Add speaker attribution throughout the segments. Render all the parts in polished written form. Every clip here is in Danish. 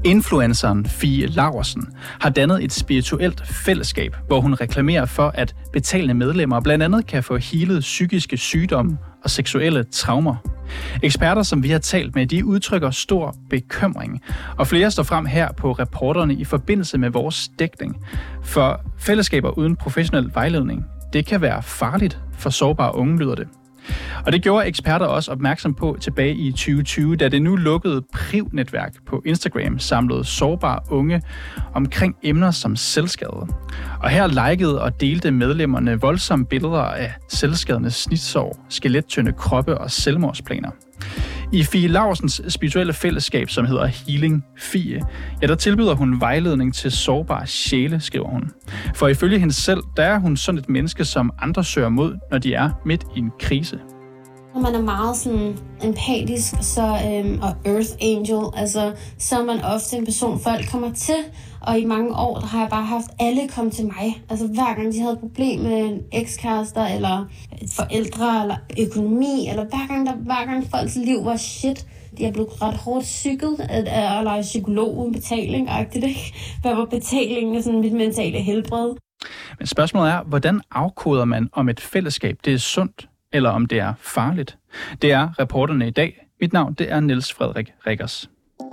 Speaker 1: Influenceren Fie Laursen har dannet et spirituelt fællesskab, hvor hun reklamerer for, at betalende medlemmer blandt andet kan få healet psykiske sygdomme og seksuelle traumer. Eksperter, som vi har talt med, de udtrykker stor bekymring, og flere står frem her på reporterne i forbindelse med vores dækning. For fællesskaber uden professionel vejledning, det kan være farligt for sårbare unge, lyder det. Og det gjorde eksperter også opmærksom på tilbage i 2020, da det nu lukkede PRIV-netværk på Instagram samlede sårbare unge omkring emner som selvskade. Og her likede og delte medlemmerne voldsomme billeder af selvskadende snitsår, skelettynde kroppe og selvmordsplaner. I Fie Laursens spirituelle fællesskab, som hedder Healing Fie, der tilbyder hun vejledning til sårbare sjæle, skriver hun. For ifølge hende selv, der er hun sådan et menneske, som andre søger mod, når de er midt i en krise.
Speaker 2: Når man er meget sådan empatisk og earth angel, så er man ofte en person, folk kommer til. Og i mange år, der har jeg bare haft alle komme til mig. Altså hver gang de havde et problem med en ekskærester, eller forældre, eller økonomi, eller hver gang folks liv var shit. De er blevet ret hårdt psyket, eller psykolog uden betaling-agtigt, ikke? Hvad var betalingen af sådan mit mentale helbred?
Speaker 1: Men spørgsmålet er, hvordan afkoder man, om et fællesskab det er sundt, eller om det er farligt? Det er reporterne i dag. Mit navn, det er Niels Frederik Riggers.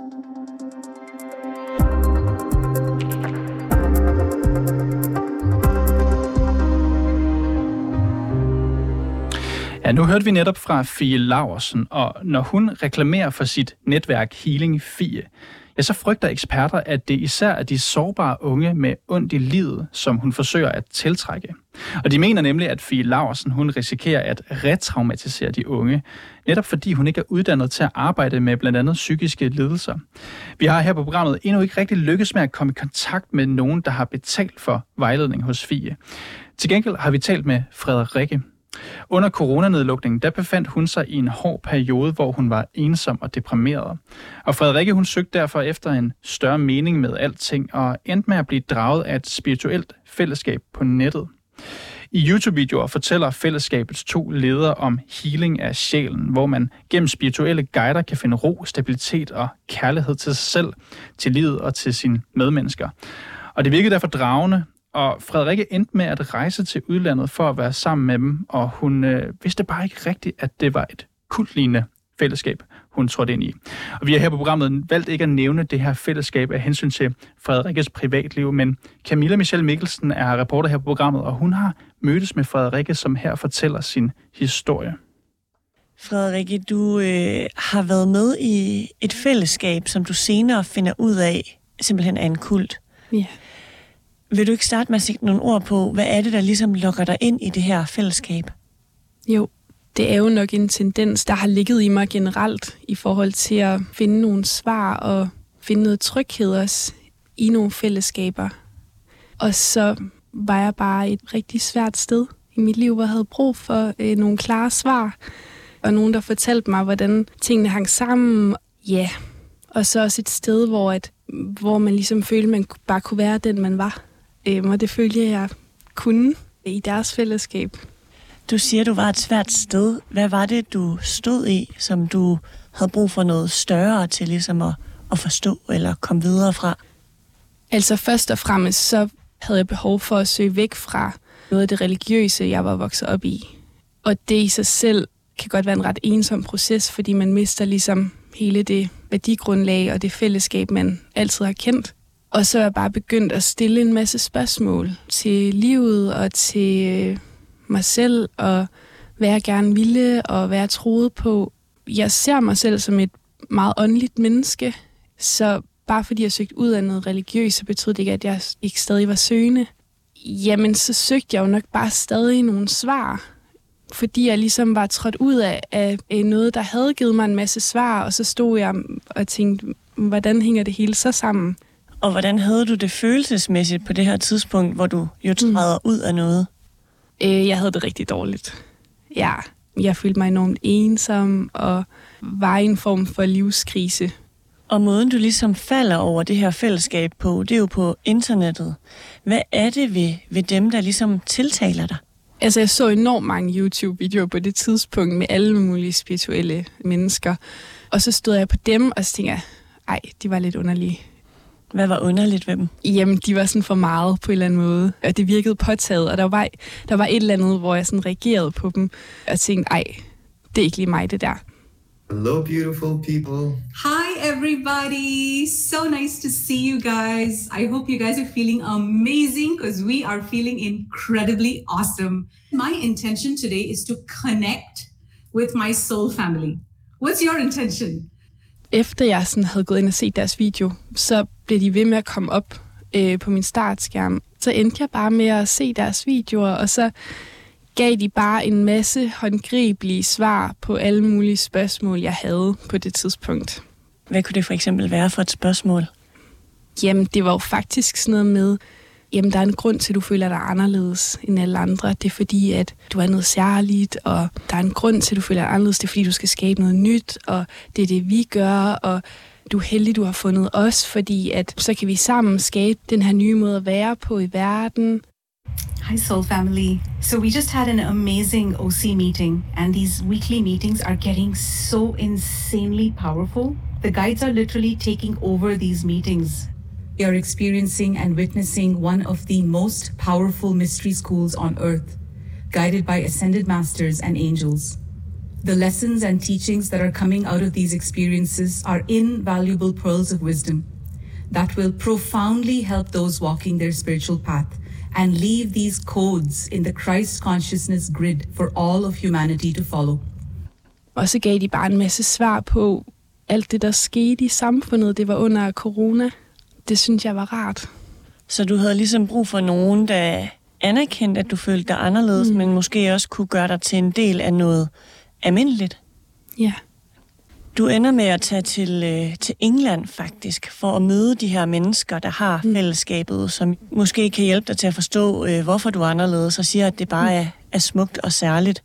Speaker 1: Ja, nu hørte vi netop fra Fie Laursen, og når hun reklamerer for sit netværk Healing Fie, så frygter eksperter, at det især er de sårbare unge med ondt i livet, som hun forsøger at tiltrække. Og de mener nemlig, at Fie Laursen hun risikerer at retraumatisere de unge, netop fordi hun ikke er uddannet til at arbejde med blandt andet psykiske lidelser. Vi har her på programmet endnu ikke rigtig lykkes med at komme i kontakt med nogen, der har betalt for vejledning hos Fie. Til gengæld har vi talt med Frederikke. Under coronanedlukningen, der befandt hun sig i en hård periode, hvor hun var ensom og deprimeret. Og Frederikke, hun søgte derfor efter en større mening med alting, og endte med at blive draget af et spirituelt fællesskab på nettet. I YouTube-videoer fortæller fællesskabets 2 ledere om healing af sjælen, hvor man gennem spirituelle guider kan finde ro, stabilitet og kærlighed til sig selv, til livet og til sine medmennesker. Og det virkede derfor dragende, og Frederikke endte med at rejse til udlandet for at være sammen med dem, og hun vidste bare ikke rigtigt, at det var et kultlignende fællesskab, hun trådte ind i. Og vi har her på programmet valgt ikke at nævne det her fællesskab af hensyn til Frederikkes privatliv, men Camilla Michelle Mikkelsen er reporter her på programmet, og hun har mødtes med Frederikke, som her fortæller sin historie.
Speaker 3: Frederikke, du har været med i et fællesskab, som du senere finder ud af, simpelthen er en kult.
Speaker 4: Ja.
Speaker 3: Vil du ikke starte med at sætte nogle ord på, hvad er det, der ligesom lokker dig ind i det her fællesskab?
Speaker 4: Jo, det er jo nok en tendens, der har ligget i mig generelt i forhold til at finde nogle svar og finde noget tryghed også i nogle fællesskaber. Og så var jeg bare et rigtig svært sted i mit liv, hvor jeg havde brug for nogle klare svar. Og nogen, der fortalte mig, hvordan tingene hang sammen. Ja, og så også et sted, hvor man ligesom følte, man bare kunne være den, man var. Og det følte jeg kunne i deres fællesskab.
Speaker 3: Du siger, du var et svært sted. Hvad var det, du stod i, som du havde brug for noget større til ligesom at forstå eller komme videre fra?
Speaker 4: Altså først og fremmest, så havde jeg behov for at søge væk fra noget af det religiøse, jeg var vokset op i. Og det i sig selv kan godt være en ret ensom proces, fordi man mister ligesom hele det værdigrundlag og det fællesskab, man altid har kendt. Og så er jeg bare begyndt at stille en masse spørgsmål til livet og til mig selv, og hvad jeg gerne ville, og hvad jeg troede på. Jeg ser mig selv som et meget åndeligt menneske, så bare fordi jeg søgte ud af noget religiøst, så betød det ikke, at jeg ikke stadig var søgende. Jamen, så søgte jeg jo nok bare stadig nogle svar, fordi jeg ligesom var trådt ud af noget, der havde givet mig en masse svar, og så stod jeg og tænkte, hvordan hænger det hele så sammen?
Speaker 3: Og hvordan havde du det følelsesmæssigt på det her tidspunkt, hvor du jo træder ud af noget?
Speaker 4: Jeg havde det rigtig dårligt. Ja, jeg følte mig enormt ensom og var i en form for livskrise.
Speaker 3: Og måden, du ligesom falder over det her fællesskab på, det er jo på internettet. Hvad er det ved dem, der ligesom tiltaler dig?
Speaker 4: Altså, jeg så enormt mange YouTube-videoer på det tidspunkt med alle mulige spirituelle mennesker. Og så stod jeg på dem, og så tænkte jeg, ej, de var lidt underlige.
Speaker 3: Hvad var underligt ved dem?
Speaker 4: Jamen, de var sådan for meget på en eller anden måde, og det virkede påtaget, og der var et eller andet, hvor jeg sådan reagerede på dem, og tænkte, ej, det er ikke lige mig, det der.
Speaker 5: Hello, beautiful people.
Speaker 6: Hi, everybody. So nice to see you guys. I hope you guys are feeling amazing because we are feeling incredibly awesome. My intention today is to connect with my soul family. What's your intention?
Speaker 4: Efter jeg sådan havde gået ind og set deres video, så blev de ved med at komme op på min startskærm. Så endte jeg bare med at se deres videoer, og så gav de bare en masse håndgribelige svar på alle mulige spørgsmål, jeg havde på det tidspunkt.
Speaker 3: Hvad kunne det for eksempel være for et spørgsmål?
Speaker 4: Jamen, det var jo faktisk sådan noget med, jamen, der er en grund til, at du føler dig anderledes end alle andre. Det er fordi, at du er noget særligt, og der er en grund til, at du føler dig anderledes. Det er fordi, du skal skabe noget nyt, og det er det, vi gør, og du er heldig, du har fundet os, fordi at så kan vi sammen skabe den her nye måde at være på i verden.
Speaker 6: Hi, Soul Family. So we just had an amazing OC meeting, and these weekly meetings are getting so insanely powerful. The guides are literally taking over these meetings. We are experiencing and witnessing one of the most powerful mystery schools on earth, guided by ascended masters and angels. The lessons and teachings that are coming out of these experiences are invaluable pearls of wisdom that will profoundly help those walking their spiritual path and leave these codes in the Christ consciousness grid for all of humanity to follow.
Speaker 4: Og så gav de bare en masse svar på alt det, der skete i samfundet. Det var under corona. Det synes jeg var rart.
Speaker 3: Så du havde ligesom brug for nogen, der anerkendte, at du følte dig anderledes, men måske også kunne gøre dig til en del af noget almindeligt?
Speaker 4: Ja.
Speaker 3: Du ender med at tage til England faktisk, for at møde de her mennesker, der har fællesskabet, som måske kan hjælpe dig til at forstå, hvorfor du er anderledes, og siger, at det bare er smukt og særligt.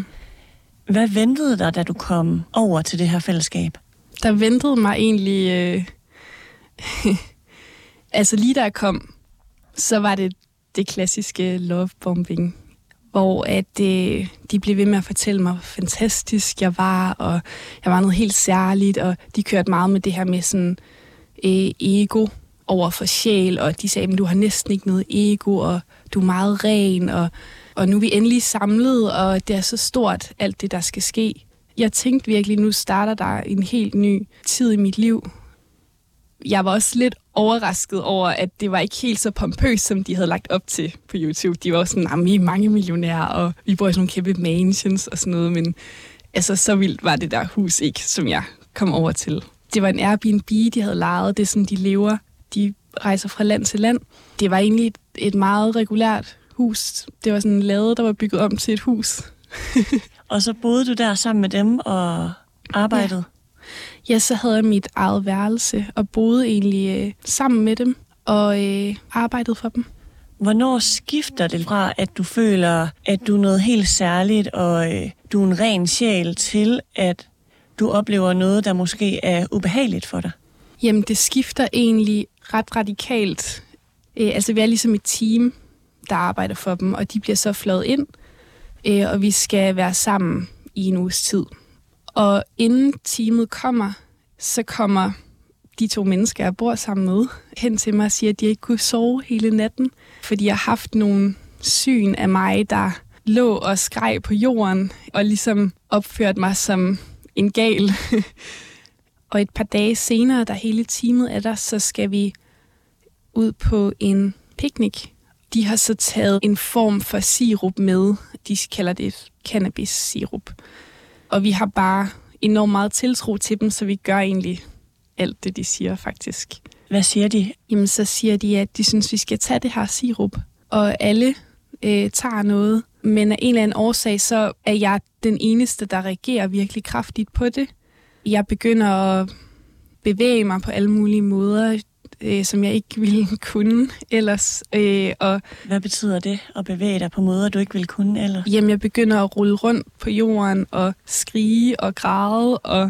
Speaker 3: Hvad ventede dig, da du kom over til det her fællesskab?
Speaker 4: Der ventede mig egentlig... altså lige da jeg kom, så var det klassiske lovebombing, hvor at de blev ved med at fortælle mig, hvor fantastisk jeg var, og jeg var noget helt særligt, og de kørte meget med det her med sådan ego over for sjæl, og de sagde, at du har næsten ikke noget ego, og du er meget ren, og nu er vi endelig samlet, og det er så stort, alt det, der skal ske. Jeg tænkte virkelig, nu starter der en helt ny tid i mit liv. Jeg var også lidt overrasket over, at det var ikke helt så pompøst, som de havde lagt op til på YouTube. De var også sådan, vi er mange millionærer, og vi bor i sådan nogle kæmpe mansions og sådan noget, men altså, så vildt var det der hus ikke, som jeg kom over til. Det var en Airbnb, de havde lejet. Det er sådan, de lever. De rejser fra land til land. Det var egentlig et meget regulært hus. Det var sådan en lade, der var bygget om til et hus.
Speaker 3: Og så boede du der sammen med dem og arbejdede?
Speaker 4: Ja, så havde jeg mit eget værelse og boede egentlig sammen med dem og arbejdede for dem.
Speaker 3: Hvornår skifter det fra, at du føler, at du er noget helt særligt, og du er en ren sjæl, til at du oplever noget, der måske er ubehageligt for dig?
Speaker 4: Jamen, det skifter egentlig ret radikalt. Altså, vi er ligesom et team, der arbejder for dem, og de bliver så fløjet ind, og vi skal være sammen i en uges tid. Og inden teamet kommer, så kommer de 2 mennesker, jeg bor sammen med, hen til mig og siger, at de ikke kunne sove hele natten, fordi jeg har haft nogle syn af mig, der lå og skreg på jorden, og ligesom opførte mig som en gal. Og et par dage senere, da hele teamet er der, så skal vi ud på en picnic. De har så taget en form for sirup med. De kalder det cannabis-sirup. Og vi har bare enormt meget tiltro til dem, så vi gør egentlig alt det, de siger faktisk.
Speaker 3: Hvad siger de?
Speaker 4: Jamen, så siger de, at de synes, vi skal tage det her sirup. Og alle tager noget. Men af en eller anden årsag, så er jeg den eneste, der reagerer virkelig kraftigt på det. Jeg begynder at bevæge mig på alle mulige måder, som jeg ikke ville kunne ellers. Og
Speaker 3: hvad betyder det, at bevæge dig på måder, du ikke ville kunne ellers?
Speaker 4: Jamen, jeg begynder at rulle rundt på jorden og skrige og græde. Og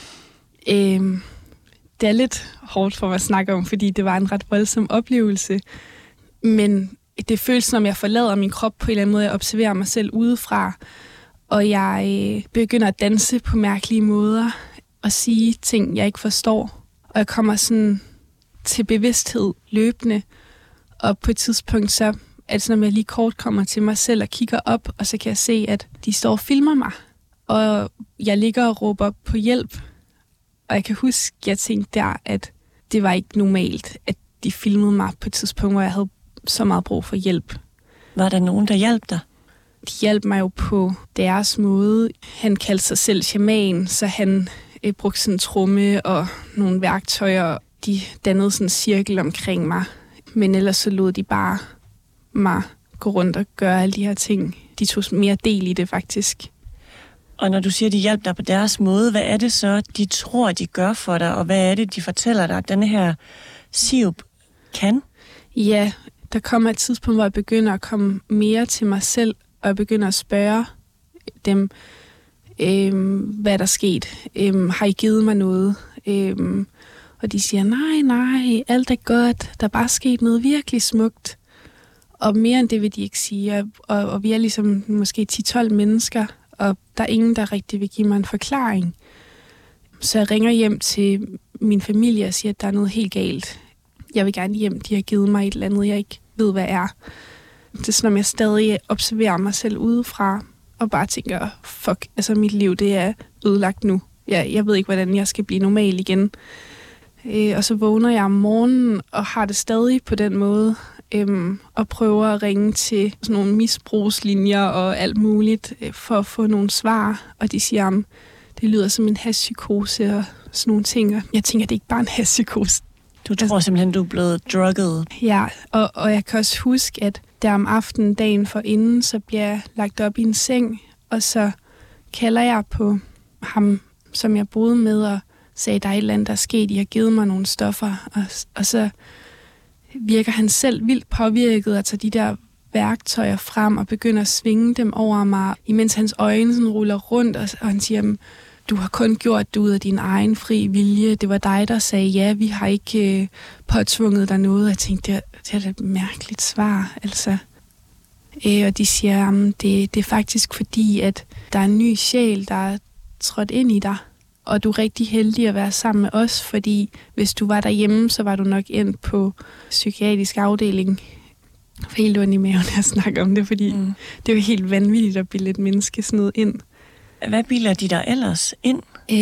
Speaker 4: det er lidt hårdt for mig at snakke om, fordi det var en ret voldsom oplevelse. Men det føles, som jeg forlader min krop på en eller anden måde. Jeg observerer mig selv udefra, og jeg begynder at danse på mærkelige måder og sige ting, jeg ikke forstår. Og jeg kommer sådan til bevidsthed løbende. Og på et tidspunkt så er det sådan, at jeg lige kort kommer til mig selv og kigger op, og så kan jeg se, at de står og filmer mig. Og jeg ligger og råber på hjælp. Og jeg kan huske, at jeg tænkte der, at det var ikke normalt, at de filmede mig på et tidspunkt, hvor jeg havde så meget brug for hjælp.
Speaker 3: Var der nogen, der hjalp dig?
Speaker 4: De hjalp mig jo på deres måde. Han kaldte sig selv shaman, så han brugte sådan en tromme og nogle værktøjer. De dannede sådan en cirkel omkring mig. Men ellers så lod de bare mig gå rundt og gøre alle de her ting. De tog mere del i det faktisk.
Speaker 3: Og når du siger, de hjalp dig på deres måde, hvad er det så, de tror, de gør for dig? Og hvad er det, de fortæller dig, at denne her sirup kan?
Speaker 4: Ja, der kommer et tidspunkt, hvor jeg begynder at komme mere til mig selv, og jeg begynder at spørge dem, hvad der er sket. Har I givet mig noget? Og de siger, nej, alt er godt. Der er bare sket noget virkelig smukt. Og mere end det vil de ikke sige. Og vi er ligesom måske 10-12 mennesker, og der er ingen, der rigtig vil give mig en forklaring. Så jeg ringer hjem til min familie og siger, at der er noget helt galt. Jeg vil gerne hjem. De har givet mig et eller andet, jeg ikke ved, hvad er. Det er sådan, at jeg stadig observerer mig selv udefra, og bare tænker, fuck, altså mit liv, det er ødelagt nu. Jeg ved ikke, hvordan jeg skal blive normal igen. Og så vågner jeg om morgenen, og har det stadig på den måde, og prøver at ringe til sådan nogle misbrugslinjer og alt muligt, for at få nogle svar. Og de siger, det lyder som en hashpsykose og sådan nogle ting. Og jeg tænker, det er ikke bare en hashpsykose.
Speaker 3: Du tror simpelthen, du er blevet drugget.
Speaker 4: Ja, og jeg kan også huske, at der om aftenen, dagen forinden, så bliver jeg lagt op i en seng, og så kalder jeg på ham, som jeg boede med, og sagde, der er et eller andet, der er sket. I har givet mig nogle stoffer. Og så virker han selv vildt påvirket og tager de der værktøjer frem og begynder at svinge dem over mig, imens hans øjne sådan ruller rundt, og han siger, du har kun gjort det ud af din egen fri vilje. Det var dig, der sagde, ja, vi har ikke påtvunget dig noget. Jeg tænkte, det er et mærkeligt svar, altså. Og de siger, det er faktisk fordi, at der er en ny sjæl, der er trådt ind i dig, og du er rigtig heldig at være sammen med os, fordi hvis du var derhjemme, så var du nok endt på psykiatrisk afdeling. For helt ondt i maven at snakke om det, fordi det er jo helt vanvittigt at bilde et menneske sådan noget ind.
Speaker 3: Hvad bilder de der ellers ind?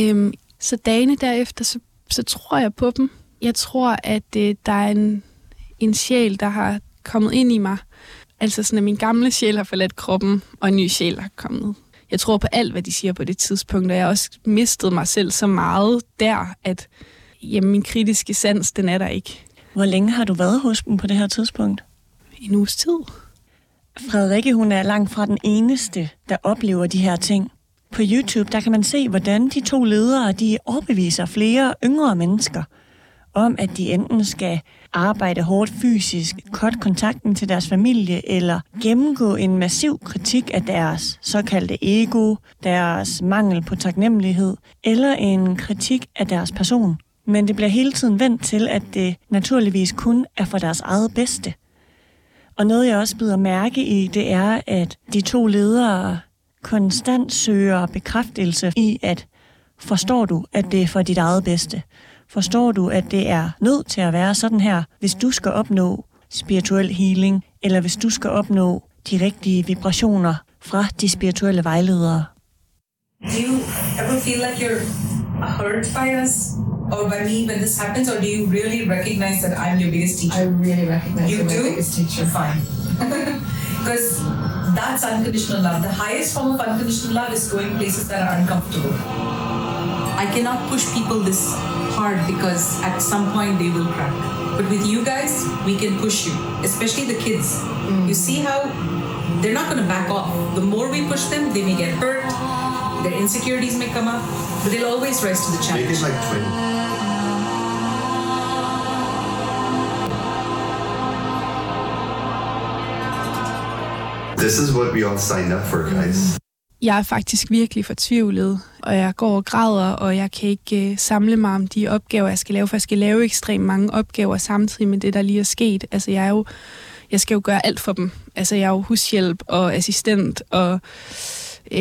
Speaker 4: Så dagene derefter, så tror jeg på dem. Jeg tror, at der er en sjæl, der har kommet ind i mig. Altså sådan, at min gamle sjæl har forladt kroppen, og en ny sjæl har kommet. Jeg tror på alt, hvad de siger på det tidspunkt, og jeg har også mistet mig selv så meget der, at min kritiske sans, den er der ikke.
Speaker 3: Hvor længe har du været hos dem på det her tidspunkt?
Speaker 4: En uges tid.
Speaker 3: Frederikke, hun er langt fra den eneste, der oplever de her ting. På YouTube, der kan man se, hvordan de to ledere, de overbeviser flere yngre mennesker om, at de enten skal arbejde hårdt fysisk, cutte kontakten til deres familie, eller gennemgå en massiv kritik af deres såkaldte ego, deres mangel på taknemmelighed, eller en kritik af deres person. Men det bliver hele tiden vendt til, at det naturligvis kun er for deres eget bedste. Og noget, jeg også bider mærke i, det er, at de to ledere konstant søger bekræftelse i, at forstår du, at det er for dit eget bedste? Forstår du, at det er nødt til at være sådan her, hvis du skal opnå spirituel healing, eller hvis du skal opnå de rigtige vibrationer fra de spirituelle vejledere?
Speaker 7: Do you ever feel like you're hurt by us or by me when this happens, or do you really recognize that I'm your biggest teacher?
Speaker 5: I really recognize
Speaker 7: you
Speaker 5: you're
Speaker 7: do?
Speaker 5: my biggest teacher.
Speaker 7: Fine. Because that's unconditional love. The highest form of unconditional love is going places that are uncomfortable. I cannot push people this hard because at some point they will crack. But with you guys, we can push you, especially the kids. You see how they're not going to back off. The more we push them, they may get hurt, their insecurities may come up, but they'll always rise to the challenge.
Speaker 5: Make it like twin. This is what we all signed up for, guys.
Speaker 4: Jeg er faktisk virkelig fortvivlet, og jeg går og græder, og jeg kan ikke samle mig om de opgaver, jeg skal lave, for jeg skal lave ekstremt mange opgaver samtidig med det, der lige er sket. Altså, jeg skal jo gøre alt for dem. Altså, jeg er jo hushjælp og assistent, og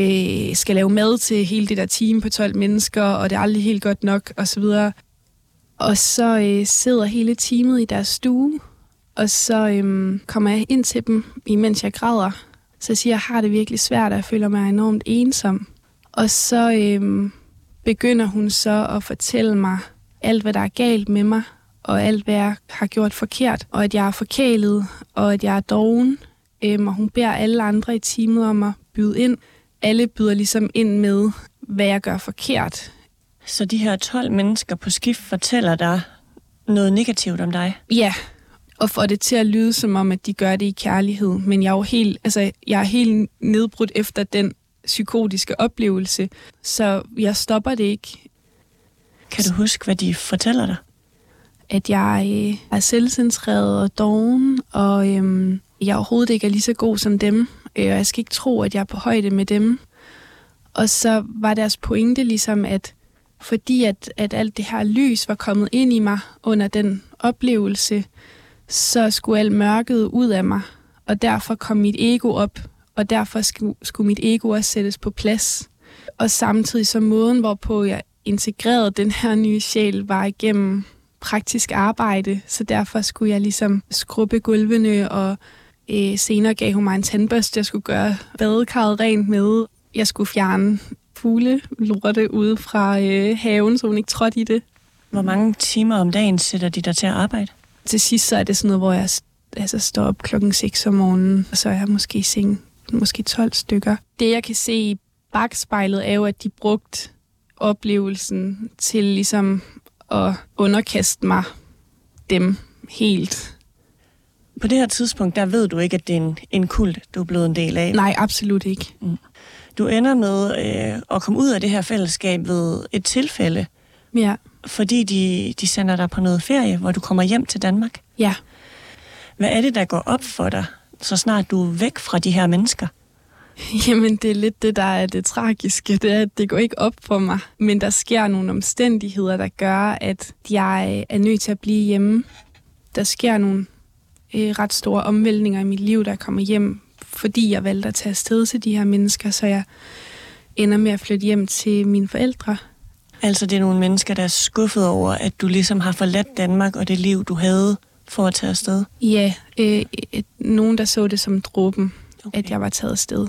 Speaker 4: skal lave mad til hele det der team på 12 mennesker, og det er aldrig helt godt nok, og så videre. Og så sidder hele teamet i deres stue, og så kommer jeg ind til dem, imens jeg græder. Så siger jeg har det virkelig svært, og jeg føler mig enormt ensom. Og så begynder hun så at fortælle mig alt, hvad der er galt med mig, og alt, hvad jeg har gjort forkert, og at jeg er forkælet, og at jeg er doven. Og hun beder alle andre i teamet om at byde ind. Alle byder ligesom ind med, hvad jeg gør forkert.
Speaker 3: Så de her 12 mennesker på skift fortæller dig noget negativt om dig?
Speaker 4: Ja, og får det til at lyde som om, at de gør det i kærlighed. Men jeg er helt nedbrudt efter den psykotiske oplevelse, så jeg stopper det ikke.
Speaker 3: Kan du huske, hvad de fortæller dig?
Speaker 4: At jeg er selvcentreret og doven, og jeg overhovedet ikke er lige så god som dem, og jeg skal ikke tro, at jeg er på højde med dem. Og så var deres pointe ligesom, at fordi at alt det her lys var kommet ind i mig under den oplevelse, så skulle alt mørket ud af mig, og derfor kom mit ego op, og derfor skulle mit ego også sættes på plads. Og samtidig så måden, hvorpå jeg integrerede den her nye sjæl, var igennem praktisk arbejde, så derfor skulle jeg ligesom skrubbe gulvene, og senere gav hun mig en tandbørste, jeg skulle gøre badekarret rent med. Jeg skulle fjerne fuglelorte ude fra haven, så hun ikke trådte i det.
Speaker 3: Hvor mange timer om dagen sætter de dig til at arbejde?
Speaker 4: Til sidst så er det sådan noget, hvor jeg står op 6 om morgenen, og så er jeg måske i seng, måske 12 stykker. Det jeg kan se i bagspejlet er jo, at de brugte oplevelsen til ligesom at underkaste mig dem helt.
Speaker 3: På det her tidspunkt, der ved du ikke, at det er en kult, du er blevet en del af?
Speaker 4: Nej, absolut ikke.
Speaker 3: Du ender med at komme ud af det her fællesskab ved et tilfælde.
Speaker 4: Ja.
Speaker 3: Fordi de sender dig på noget ferie, hvor du kommer hjem til Danmark.
Speaker 4: Ja.
Speaker 3: Hvad er det, der går op for dig, så snart du er væk fra de her mennesker?
Speaker 4: Jamen, det er lidt det, der er det tragiske. Det er, at det går ikke op for mig. Men der sker nogle omstændigheder, der gør, at jeg er nødt til at blive hjemme. Der sker nogle ret store omvæltninger i mit liv, der kommer hjem, fordi jeg valgte at tage afsted til de her mennesker, så jeg ender med at flytte hjem til mine forældre.
Speaker 3: Altså det er nogle mennesker, der er skuffet over, at du ligesom har forladt Danmark og det liv, du havde for at tage afsted?
Speaker 4: Ja, nogen, der så det som dråben, okay, at jeg var taget afsted,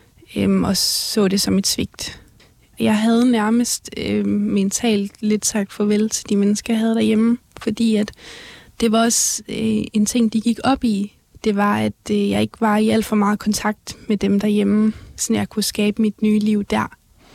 Speaker 4: og så det som et svigt. Jeg havde nærmest mentalt lidt sagt farvel til de mennesker, jeg havde derhjemme, fordi at det var også en ting, de gik op i. Det var, at jeg ikke var i alt for meget kontakt med dem derhjemme, så jeg kunne skabe mit nye liv der.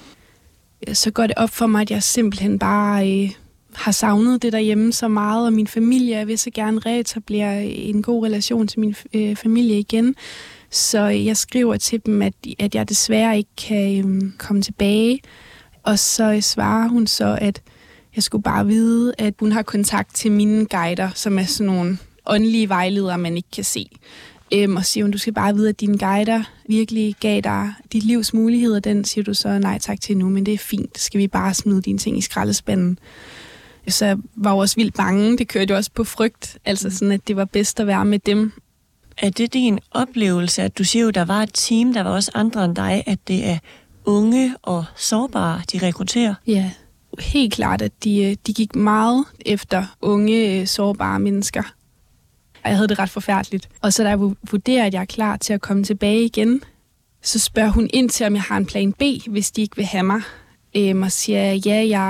Speaker 4: Så går det op for mig, at jeg simpelthen bare har savnet det derhjemme så meget, og min familie, jeg vil så gerne reetablere en god relation til min familie igen. Så jeg skriver til dem, at jeg desværre ikke kan komme tilbage. Og så svarer hun så, at jeg skulle bare vide, at hun har kontakt til mine guider, som er sådan nogle åndelige vejledere, man ikke kan se. Og siger hun, du skal bare vide, at dine guider virkelig gav dig dit livs muligheder. Den siger du så nej tak til nu, men det er fint. Skal vi bare smide dine ting i skraldespanden? Så jeg var jo også vildt bange. Det kørte jo også på frygt. Altså sådan, at det var bedst at være med dem.
Speaker 3: Er det din oplevelse, at du siger jo, der var et team, der var også andre end dig, at det er unge og sårbare, de rekrutterer?
Speaker 4: Ja, helt klart, at de gik meget efter unge, sårbare mennesker. Jeg havde det ret forfærdeligt. Og så da jeg vurderer, at jeg er klar til at komme tilbage igen, så spørger hun ind til, om jeg har en plan B, hvis de ikke vil have mig. Og siger, ja,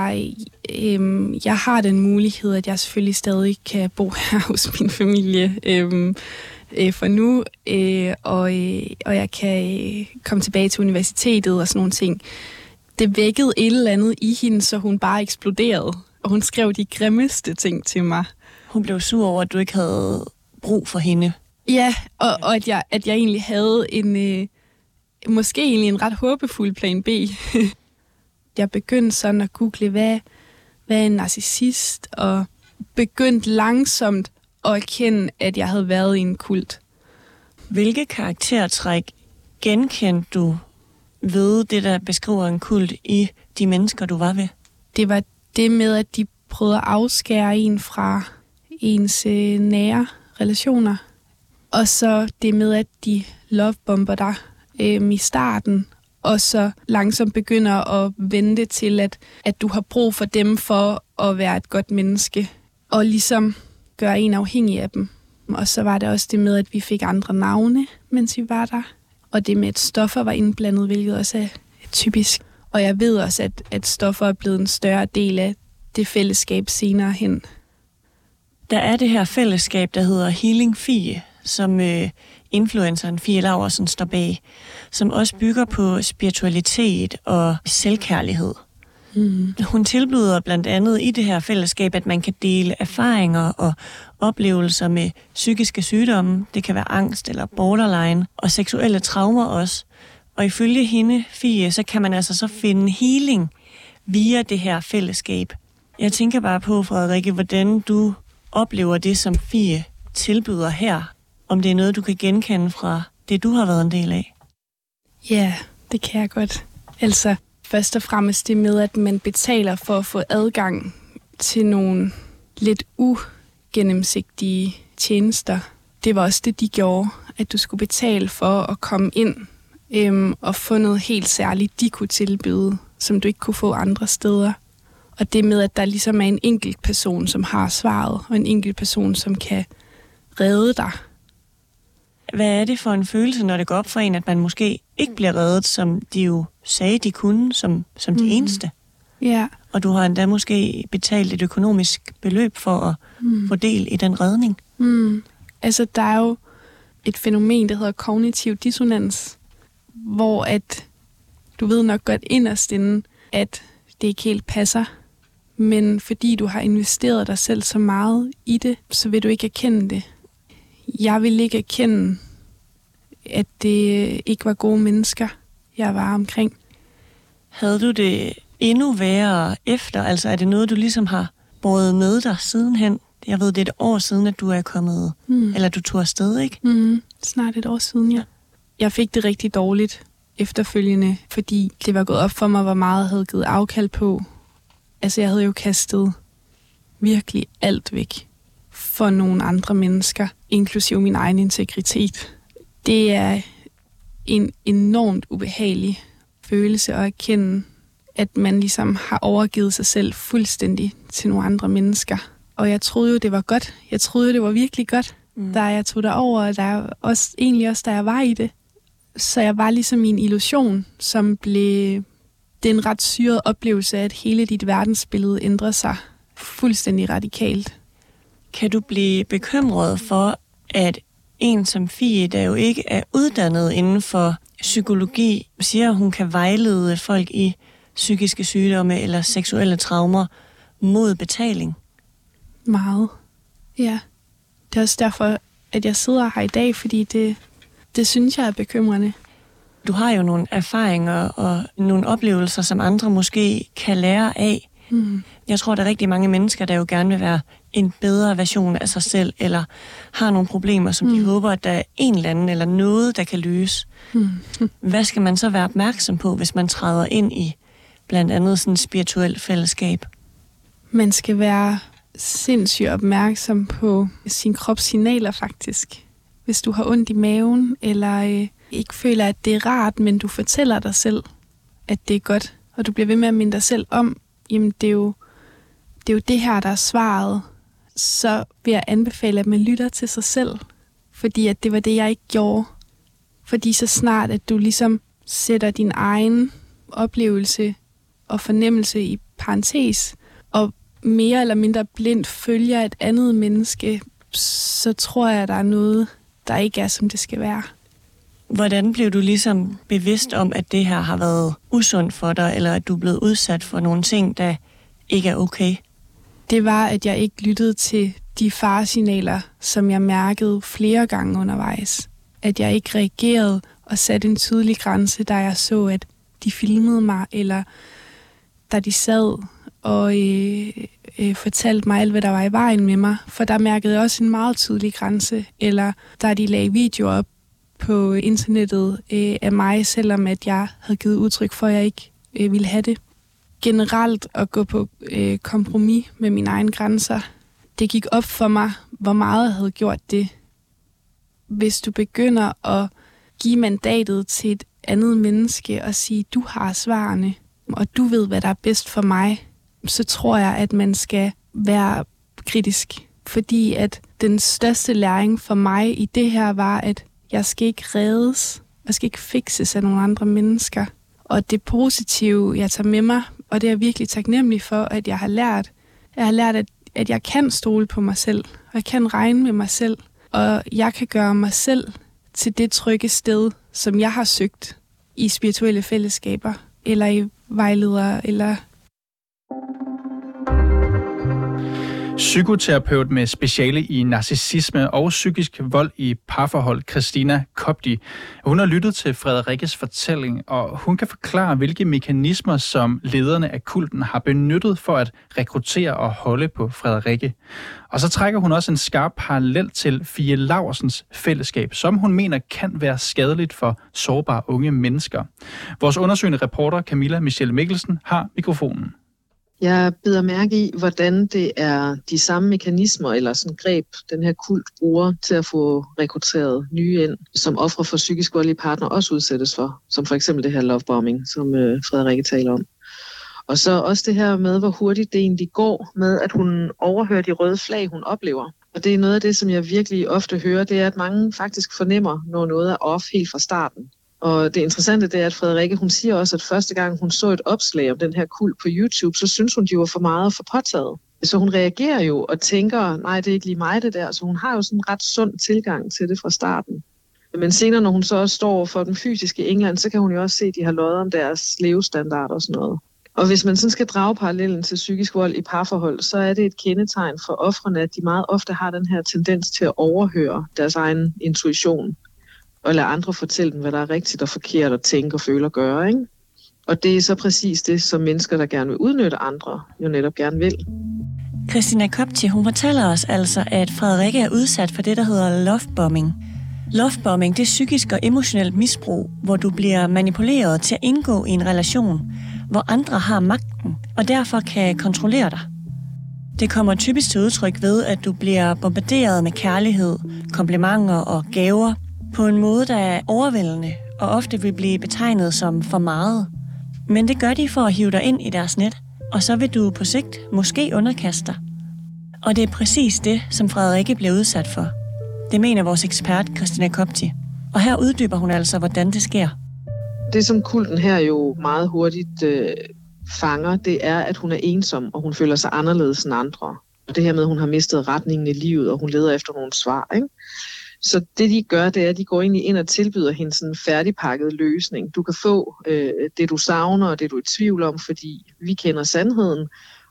Speaker 4: jeg har den mulighed, at jeg selvfølgelig stadig kan bo her hos min familie for nu, og jeg kan komme tilbage til universitetet og sådan nogle ting. Det vækkede et eller andet i hende, så hun bare eksploderede, og hun skrev de grimmeste ting til mig.
Speaker 3: Hun blev sur over, at du ikke havde brug for hende.
Speaker 4: Ja, og at jeg egentlig havde måske egentlig en ret håbefuld plan B. Jeg begyndte sådan at google, hvad er en narcissist, og begyndte langsomt at erkende, at jeg havde været i en kult.
Speaker 3: Hvilke karaktertræk genkendte du ved det, der beskriver en kult i de mennesker, du var ved? Det var
Speaker 4: det med, at de prøvede at afskære en fra ens nære relationer. Og så det med, at de lovebomber dig i starten, og så langsomt begynder at vente til, at du har brug for dem for at være et godt menneske, og ligesom gøre en afhængig af dem. Og så var det også det med, at vi fik andre navne, mens vi var der. Og det med, at stoffer var indblandet, hvilket også er typisk. Og jeg ved også, at stoffer er blevet en større del af det fællesskab senere hen.
Speaker 3: Der er det her fællesskab, der hedder Healing Fie, som influenceren Fie Laursen står bag, som også bygger på spiritualitet og selvkærlighed. Hun tilbyder blandt andet i det her fællesskab, at man kan dele erfaringer og oplevelser med psykiske sygdomme. Det kan være angst eller borderline og seksuelle traumer også. Og ifølge hende, Fie, så kan man altså så finde healing via det her fællesskab. Jeg tænker bare på, Frederikke, hvordan du oplever det, som Fie tilbyder her. Om det er noget, du kan genkende fra det, du har været en del af.
Speaker 4: Ja, det kan jeg godt. Altså, først og fremmest det med, at man betaler for at få adgang til nogle lidt ugennemsigtige tjenester. Det var også det, de gjorde, at du skulle betale for at komme ind og få noget helt særligt, de kunne tilbyde, som du ikke kunne få andre steder. Og det med, at der ligesom er en enkelt person, som har svaret, og en enkelt person, som kan redde dig.
Speaker 3: Hvad er det for en følelse, når det går op for en, at man måske ikke bliver reddet, som de jo sagde, de kunne, som de eneste?
Speaker 4: Ja.
Speaker 3: Og du har endda måske betalt et økonomisk beløb for at få del i den redning.
Speaker 4: Altså, der er jo et fænomen, der hedder kognitiv dissonans, hvor at du ved nok godt inderst inden, at det ikke helt passer. Men fordi du har investeret dig selv så meget i det, så vil du ikke erkende det. Jeg vil ikke erkende, at det ikke var gode mennesker, jeg var omkring.
Speaker 3: Havde du det endnu værre efter? Altså er det noget, du ligesom har båret med dig sidenhen? Jeg ved, det er et år siden, at du er kommet, eller du tog afsted, ikke?
Speaker 4: Snart et år siden, ja. Jeg fik det rigtig dårligt efterfølgende, fordi det var gået op for mig, hvor meget jeg havde givet afkald på. Altså, jeg havde jo kastet virkelig alt væk for nogle andre mennesker, inklusive min egen integritet. Det er en enormt ubehagelig følelse at erkende, at man ligesom har overgivet sig selv fuldstændig til nogle andre mennesker. Og jeg troede jo, det var godt. Jeg troede jo, det var virkelig godt, da jeg tog derover, og egentlig også, da jeg var i det. Så jeg var ligesom i en illusion, som blev... Det er en ret syret oplevelse, at hele dit verdensbillede ændrer sig fuldstændig radikalt.
Speaker 3: Kan du blive bekymret for, at en som Fie, der jo ikke er uddannet inden for psykologi, siger, at hun kan vejlede folk i psykiske sygdomme eller seksuelle traumer mod betaling?
Speaker 4: Meget. Ja. Det er også derfor, at jeg sidder her i dag, fordi det synes jeg er bekymrende.
Speaker 3: Du har jo nogle erfaringer og nogle oplevelser, som andre måske kan lære af. Jeg tror, der er rigtig mange mennesker, der jo gerne vil være en bedre version af sig selv, eller har nogle problemer, som de håber, at der er en eller anden eller noget, der kan løse. Hvad skal man så være opmærksom på, hvis man træder ind i blandt andet sådan et spirituelt fællesskab?
Speaker 4: Man skal være sindssygt opmærksom på sine kropssignaler faktisk. Hvis du har ondt i maven, eller ikke føler, at det er rart, men du fortæller dig selv, at det er godt, og du bliver ved med at minde dig selv om, jamen det er jo det her, der er svaret, så vil jeg anbefale, at man lytter til sig selv, fordi at det var det, jeg ikke gjorde. Fordi så snart, at du ligesom sætter din egen oplevelse og fornemmelse i parentes, og mere eller mindre blindt følger et andet menneske, så tror jeg, at der er noget, der ikke er, som det skal være.
Speaker 3: Hvordan blev du ligesom bevidst om, at det her har været usundt for dig, eller at du er blevet udsat for nogle ting, der ikke er okay?
Speaker 4: Det var, at jeg ikke lyttede til de faresignaler, som jeg mærkede flere gange undervejs. At jeg ikke reagerede og satte en tydelig grænse, da jeg så, at de filmede mig, eller da de sad og fortalte mig alt, hvad der var i vejen med mig. For der mærkede jeg også en meget tydelig grænse, eller da de lagde videoer op på internettet af mig, selvom at jeg havde givet udtryk for, at jeg ikke ville have det. Generelt at gå på kompromis med mine egne grænser, det gik op for mig, hvor meget jeg havde gjort det. Hvis du begynder at give mandatet til et andet menneske og sige, du har svarene, og du ved, hvad der er bedst for mig, så tror jeg, at man skal være kritisk. Fordi at den største læring for mig i det her var, at jeg skal ikke reddes, jeg skal ikke fikses af nogle andre mennesker. Og det positive, jeg tager med mig, og det er jeg virkelig taknemmelig for, at jeg har lært, at jeg kan stole på mig selv, og jeg kan regne med mig selv, og jeg kan gøre mig selv til det trygge sted, som jeg har søgt i spirituelle fællesskaber, eller i vejledere, eller...
Speaker 1: Psykoterapeut med speciale i narcissisme og psykisk vold i parforhold, Christina Kopti. Hun har lyttet til Frederikkes fortælling, og hun kan forklare, hvilke mekanismer, som lederne af kulten har benyttet for at rekruttere og holde på Frederikke. Og så trækker hun også en skarp parallel til Fie Laursens fællesskab, som hun mener kan være skadeligt for sårbare unge mennesker. Vores undersøgende reporter Camilla Michelle Mikkelsen har mikrofonen.
Speaker 8: Jeg bider mærke i, hvordan det er de samme mekanismer eller sådan greb, den her kult bruger til at få rekrutteret nye ind, som ofre for psykisk voldelige partner også udsættes for, som for eksempel det her lovebombing, som Frederikke taler om. Og så også det her med, hvor hurtigt det egentlig går med, at hun overhører de røde flag, hun oplever. Og det er noget af det, som jeg virkelig ofte hører, det er, at mange faktisk fornemmer, når noget er off helt fra starten. Og det interessante det er, at Frederikke, hun siger også, at første gang hun så et opslag om den her kult på YouTube, så synes hun, de var for meget for påtaget. Så hun reagerer jo og tænker, nej, det er ikke lige mig det der. Så hun har jo sådan en ret sund tilgang til det fra starten. Men senere, når hun så også står for den fysiske England, så kan hun jo også se, at de har løjet om deres levestandard og sådan noget. Og hvis man sådan skal drage parallellen til psykisk vold i parforhold, så er det et kendetegn for ofrene, at de meget ofte har den her tendens til at overhøre deres egen intuition. Og lade andre fortælle dem, hvad der er rigtigt og forkert at tænke og føle og gøre, ikke? Og det er så præcis det, som mennesker, der gerne vil udnytte andre, jo netop gerne vil.
Speaker 3: Christina Kopti, hun fortæller os altså, at Frederikke er udsat for det, der hedder lovebombing. Lovebombing, det er psykisk og emotionelt misbrug, hvor du bliver manipuleret til at indgå i en relation, hvor andre har magten, og derfor kan kontrollere dig. Det kommer typisk til udtryk ved, at du bliver bombarderet med kærlighed, komplimenter og gaver, på en måde, der er overvældende og ofte vil blive betegnet som for meget. Men det gør de for at hive dig ind i deres net, og så vil du på sigt måske underkaste dig. Og det er præcis det, som Frederikke bliver udsat for. Det mener vores ekspert Christina Kopti. Og her uddyber hun altså, hvordan det sker.
Speaker 8: Det, som kulten her jo meget hurtigt fanger, det er, at hun er ensom, og hun føler sig anderledes end andre. Og det her med, at hun har mistet retningen i livet, og hun leder efter nogle svar, ikke? Så det, de gør, det er, at de går egentlig ind og tilbyder hende sådan en færdigpakket løsning. Du kan få det, du savner, og det, du er i tvivl om, fordi vi kender sandheden.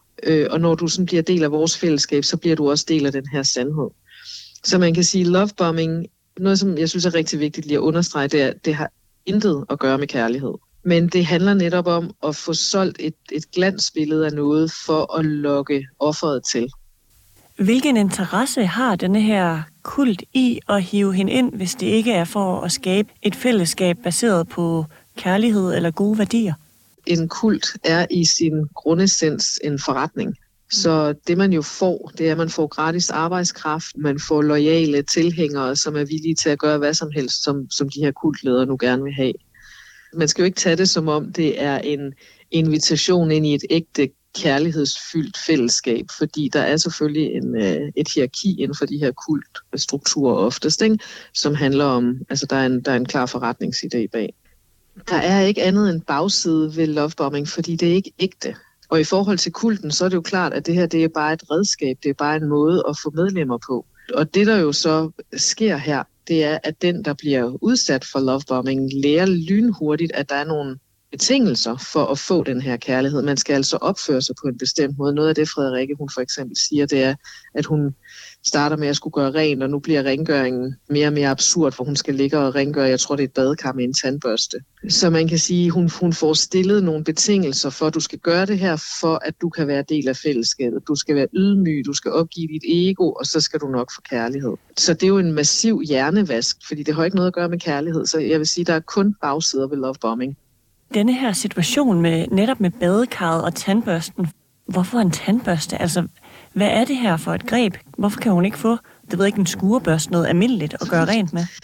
Speaker 8: Og når du sådan bliver del af vores fællesskab, så bliver du også del af den her sandhed. Så man kan sige, lovebombing, noget som jeg synes er rigtig vigtigt lige at understrege, det er, at det har intet at gøre med kærlighed. Men det handler netop om at få solgt et glansbillede af noget for at lokke offeret til.
Speaker 3: Hvilken interesse har denne her kult i at hive hende ind, hvis det ikke er for at skabe et fællesskab baseret på kærlighed eller gode værdier?
Speaker 8: En kult er i sin grundessens en forretning. Så det man jo får, det er, at man får gratis arbejdskraft, man får loyale tilhængere, som er villige til at gøre hvad som helst, som de her kultledere nu gerne vil have. Man skal jo ikke tage det som om, det er en invitation ind i et ægte kærlighedsfyldt fællesskab, fordi der er selvfølgelig et hierarki inden for de her kultstrukturer oftest, ikke? Som handler om, altså der er en klar forretningsidé bag. Der er ikke andet end bagside ved lovebombing, fordi det er ikke ægte. Og i forhold til kulten, så er det jo klart, at det her det er bare et redskab, det er bare en måde at få medlemmer på. Og det der jo så sker her, det er, at den, der bliver udsat for lovebombing, lærer lynhurtigt, at der er nogle betingelser for at få den her kærlighed. Man skal altså opføre sig på en bestemt måde. Noget af det, Frederikke, hun for eksempel siger, det er, at hun starter med at skulle gøre rent, og nu bliver rengøringen mere og mere absurd, hvor hun skal ligge og rengøre, jeg tror, det er et badekar med en tandbørste. Så man kan sige, hun får stillet nogle betingelser for, at du skal gøre det her, for at du kan være del af fællesskabet. Du skal være ydmyg, du skal opgive dit ego, og så skal du nok få kærlighed. Så det er jo en massiv hjernevask, fordi det har ikke noget at gøre med kærlighed. Så jeg vil sige, der er kun bagsider ved lovebombing.
Speaker 3: Denne her situation med netop med badekarret og tandbørsten. Hvorfor en tandbørste? Altså, hvad er det her for et greb? Hvorfor kan hun ikke få, en skurebørste, noget almindeligt at gøre rent med?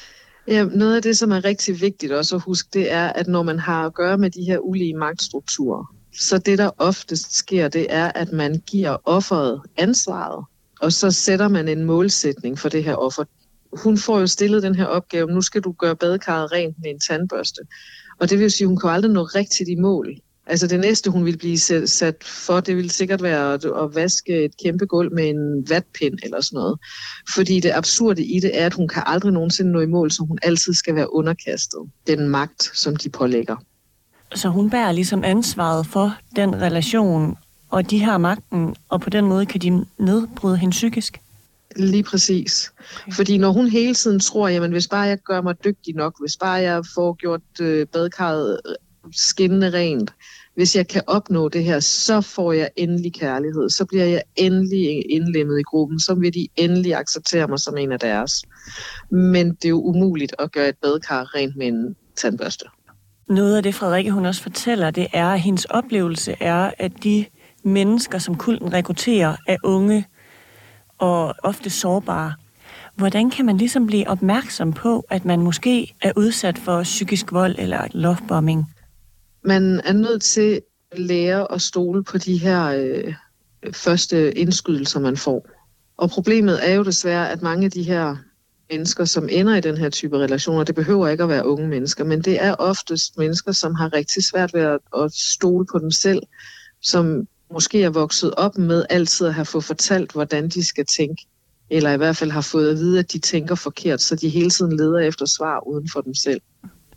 Speaker 8: Ja, noget af det, som er rigtig vigtigt også at huske, det er, at når man har at gøre med de her ulige magtstrukturer, så det, der oftest sker, det er, at man giver offeret ansvaret, og så sætter man en målsætning for det her offer. Hun får jo stillet den her opgave, nu skal du gøre badekarret rent med en tandbørste. Og det vil jo sige, at hun kan aldrig nå rigtigt i mål. Altså det næste, hun vil blive sat for, det vil sikkert være at vaske et kæmpe gulv med en vatpind eller sådan noget. Fordi det absurde i det er, at hun kan aldrig nogensinde nå i mål, så hun altid skal være underkastet den magt, som de pålægger.
Speaker 3: Så hun bærer ligesom ansvaret for den relation, og de har magten, og på den måde kan de nedbryde hende psykisk?
Speaker 8: Lige præcis. Okay. Fordi når hun hele tiden tror, jamen hvis bare jeg gør mig dygtig nok, hvis bare jeg får gjort badekarret skinnende rent, hvis jeg kan opnå det her, så får jeg endelig kærlighed, så bliver jeg endelig indlemmet i gruppen, så vil de endelig acceptere mig som en af deres. Men det er jo umuligt at gøre et badekar rent med en tandbørste.
Speaker 3: Noget af det, Frederikke hun også fortæller, det er, at hendes oplevelse er, at de mennesker, som kulten rekrutterer, er unge og ofte sårbare. Hvordan kan man ligesom blive opmærksom på, at man måske er udsat for psykisk vold eller lovebombing?
Speaker 8: Man er nødt til at lære at stole på de her første indskydelser, man får. Og problemet er jo desværre, at mange af de her mennesker, som ender i den her type relationer, det behøver ikke at være unge mennesker, men det er oftest mennesker, som har rigtig svært ved at stole på dem selv, som måske er vokset op med altid at have fået fortalt, hvordan de skal tænke, eller i hvert fald har fået at vide, at de tænker forkert, så de hele tiden leder efter svar uden for dem selv.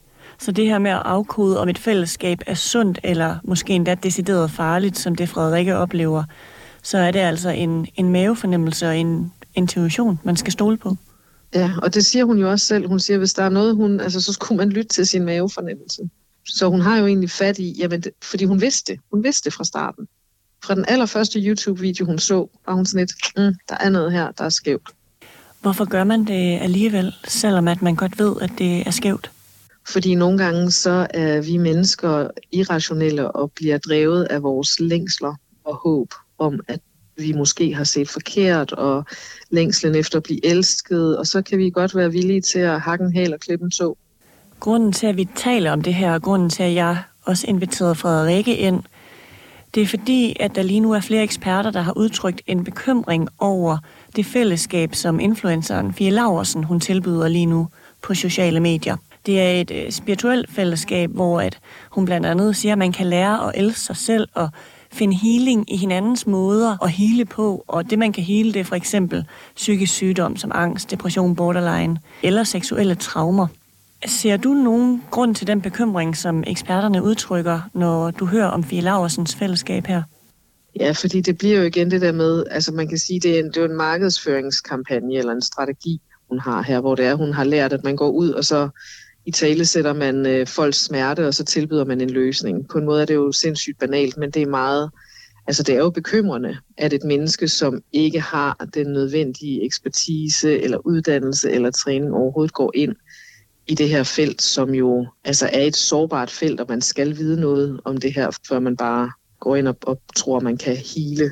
Speaker 3: Så det her med at afkode, om et fællesskab er sundt, eller måske endda decideret farligt, som det Frederikke oplever, så er det altså en mavefornemmelse og en intuition, man skal stole på.
Speaker 8: Ja, og det siger hun jo også selv. Hun siger, hvis der er noget, så skulle man lytte til sin mavefornemmelse. Så hun har jo egentlig fat i, jamen, fordi hun vidste det. Hun vidste det fra starten. Fra den allerførste YouTube-video, hun så, var hun sådan lidt, der er noget her, der er skævt.
Speaker 3: Hvorfor gør man det alligevel, selvom at man godt ved, at det er skævt?
Speaker 8: Fordi nogle gange så er vi mennesker irrationelle og bliver drevet af vores længsler og håb om, at vi måske har set forkert, og længslen efter at blive elsket, og så kan vi godt være villige til at hakke en hæl og klippe en tå.
Speaker 3: Grunden til, at vi taler om det her, og grunden til, at jeg også inviterede Frederikke ind, det er fordi, at der lige nu er flere eksperter, der har udtrykt en bekymring over det fællesskab, som influenceren Fie Laursen, hun tilbyder lige nu på sociale medier. Det er et spirituelt fællesskab, hvor at hun blandt andet siger, at man kan lære at elske sig selv og finde healing i hinandens måder at heale på. Og det, man kan heale, det er for eksempel psykisk sygdom som angst, depression, borderline eller seksuelle traumer. Ser du nogen grund til den bekymring, som eksperterne udtrykker, når du hører om Fie Laursens fællesskab her?
Speaker 8: Ja, fordi det bliver jo igen det der med, altså man kan sige, det er en markedsføringskampagne eller en strategi, hun har her, hvor det er, hun har lært, at man går ud, og så i tale sætter man folks smerte, og så tilbyder man en løsning. På en måde er det jo sindssygt banalt, men det er meget, altså det er jo bekymrende, at et menneske, som ikke har den nødvendige ekspertise eller uddannelse eller træning overhovedet går ind i det her felt, som jo altså er et sårbart felt, og man skal vide noget om det her, før man bare går ind og tror, man kan heale.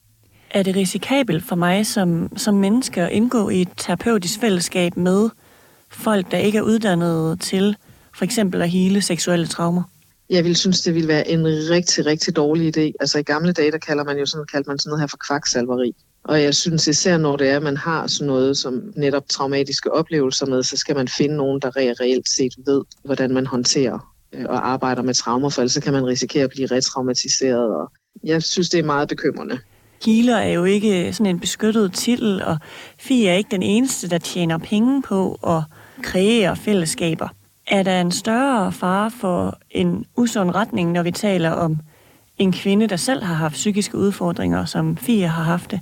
Speaker 3: Er det risikabelt for mig som menneske at indgå i et terapeutisk fællesskab med folk, der ikke er uddannet til for eksempel at heale seksuelle traumer?
Speaker 8: Jeg ville synes, det ville være en rigtig, rigtig dårlig idé. Altså i gamle dage, der kaldte man sådan noget her for kvaksalveri. Og jeg synes især, når det er, at man har sådan noget som netop traumatiske oplevelser med, så skal man finde nogen, der reelt set ved, hvordan man håndterer og arbejder med traumer, for ellers så kan man risikere at blive retraumatiseret. Og jeg synes, det er meget bekymrende.
Speaker 3: Healer er jo ikke sådan en beskyttet titel, og Fie er ikke den eneste, der tjener penge på at kreere fællesskaber. Er der en større fare for en usund retning, når vi taler om en kvinde, der selv har haft psykiske udfordringer, som Fie har haft det?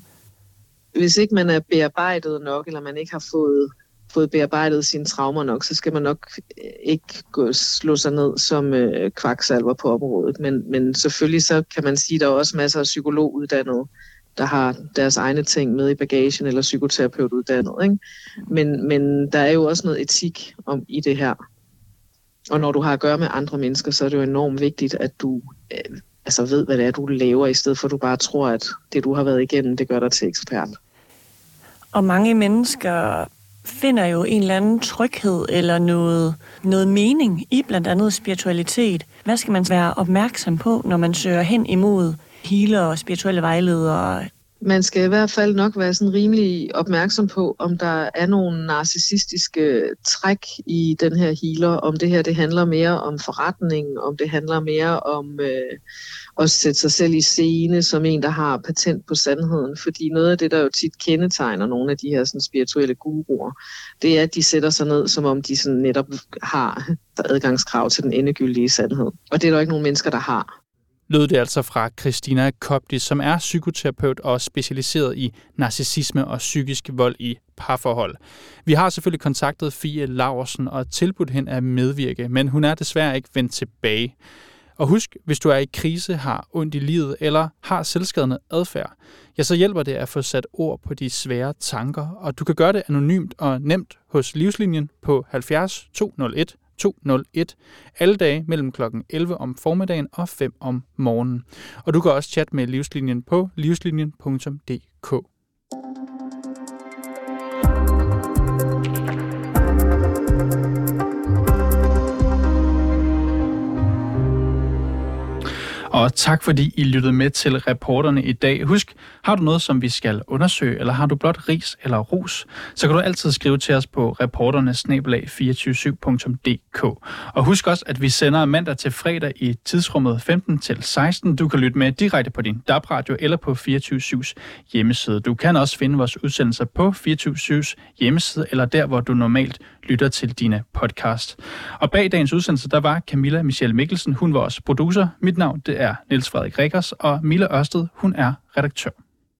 Speaker 8: Hvis ikke man er bearbejdet nok, eller man ikke har fået bearbejdet sine traumer nok, så skal man nok ikke slå sig ned som kvaksalver på området. Men selvfølgelig så kan man sige, at der er også masser af psykologuddannede, der har deres egne ting med i bagagen, eller psykoterapeutuddannet, ikke? Men der er jo også noget etik i det her. Og når du har at gøre med andre mennesker, så er det jo enormt vigtigt, at du ved, hvad det er, du laver, i stedet for at du bare tror, at det, du har været igennem, det gør dig til ekspert.
Speaker 3: Og mange mennesker finder jo en eller anden tryghed eller noget mening i blandt andet spiritualitet. Hvad skal man være opmærksom på, når man søger hen imod healer og spirituelle vejledere?
Speaker 8: Man skal i hvert fald nok være sådan rimelig opmærksom på, om der er nogle narcissistiske træk i den her healer, om det her det handler mere om forretning, om det handler mere om at sætte sig selv i scene som en, der har patent på sandheden. Fordi noget af det, der jo tit kendetegner nogle af de her sådan, spirituelle guruer, det er, at de sætter sig ned, som om de sådan, netop har adgangskrav til den endegyldige sandhed. Og det er der ikke nogen mennesker, der har.
Speaker 1: Lød det altså fra Christina Kobdi, som er psykoterapeut og specialiseret i narcissisme og psykisk vold i parforhold. Vi har selvfølgelig kontaktet Fie Laursen og tilbudt hende at medvirke, men hun er desværre ikke vendt tilbage. Og husk, hvis du er i krise, har ondt i livet eller har selvskadende adfærd, ja, så hjælper det at få sat ord på de svære tanker, og du kan gøre det anonymt og nemt hos Livslinjen på 70 201 201 alle dage mellem kl. 11 om formiddagen og 5 om morgenen. Og du kan også chatte med Livslinjen på livslinjen.dk. Og tak fordi I lyttede med til reporterne i dag. Husk, har du noget, som vi skal undersøge, eller har du blot ris eller ros, så kan du altid skrive til os på reporterne@247.dk. Og husk også, at vi sender mandag til fredag i tidsrummet 15 til 16. Du kan lytte med direkte på din DAB-radio eller på 24/7's hjemmeside. Du kan også finde vores udsendelser på 24/7's hjemmeside, eller der, hvor du normalt lytter til dine podcast. Og bag dagens udsendelse, der var Camilla Michelle Mikkelsen. Hun var også producer. Mit navn, det er Niels Frederik Rikkers, og Mille Ørsted, hun er redaktør.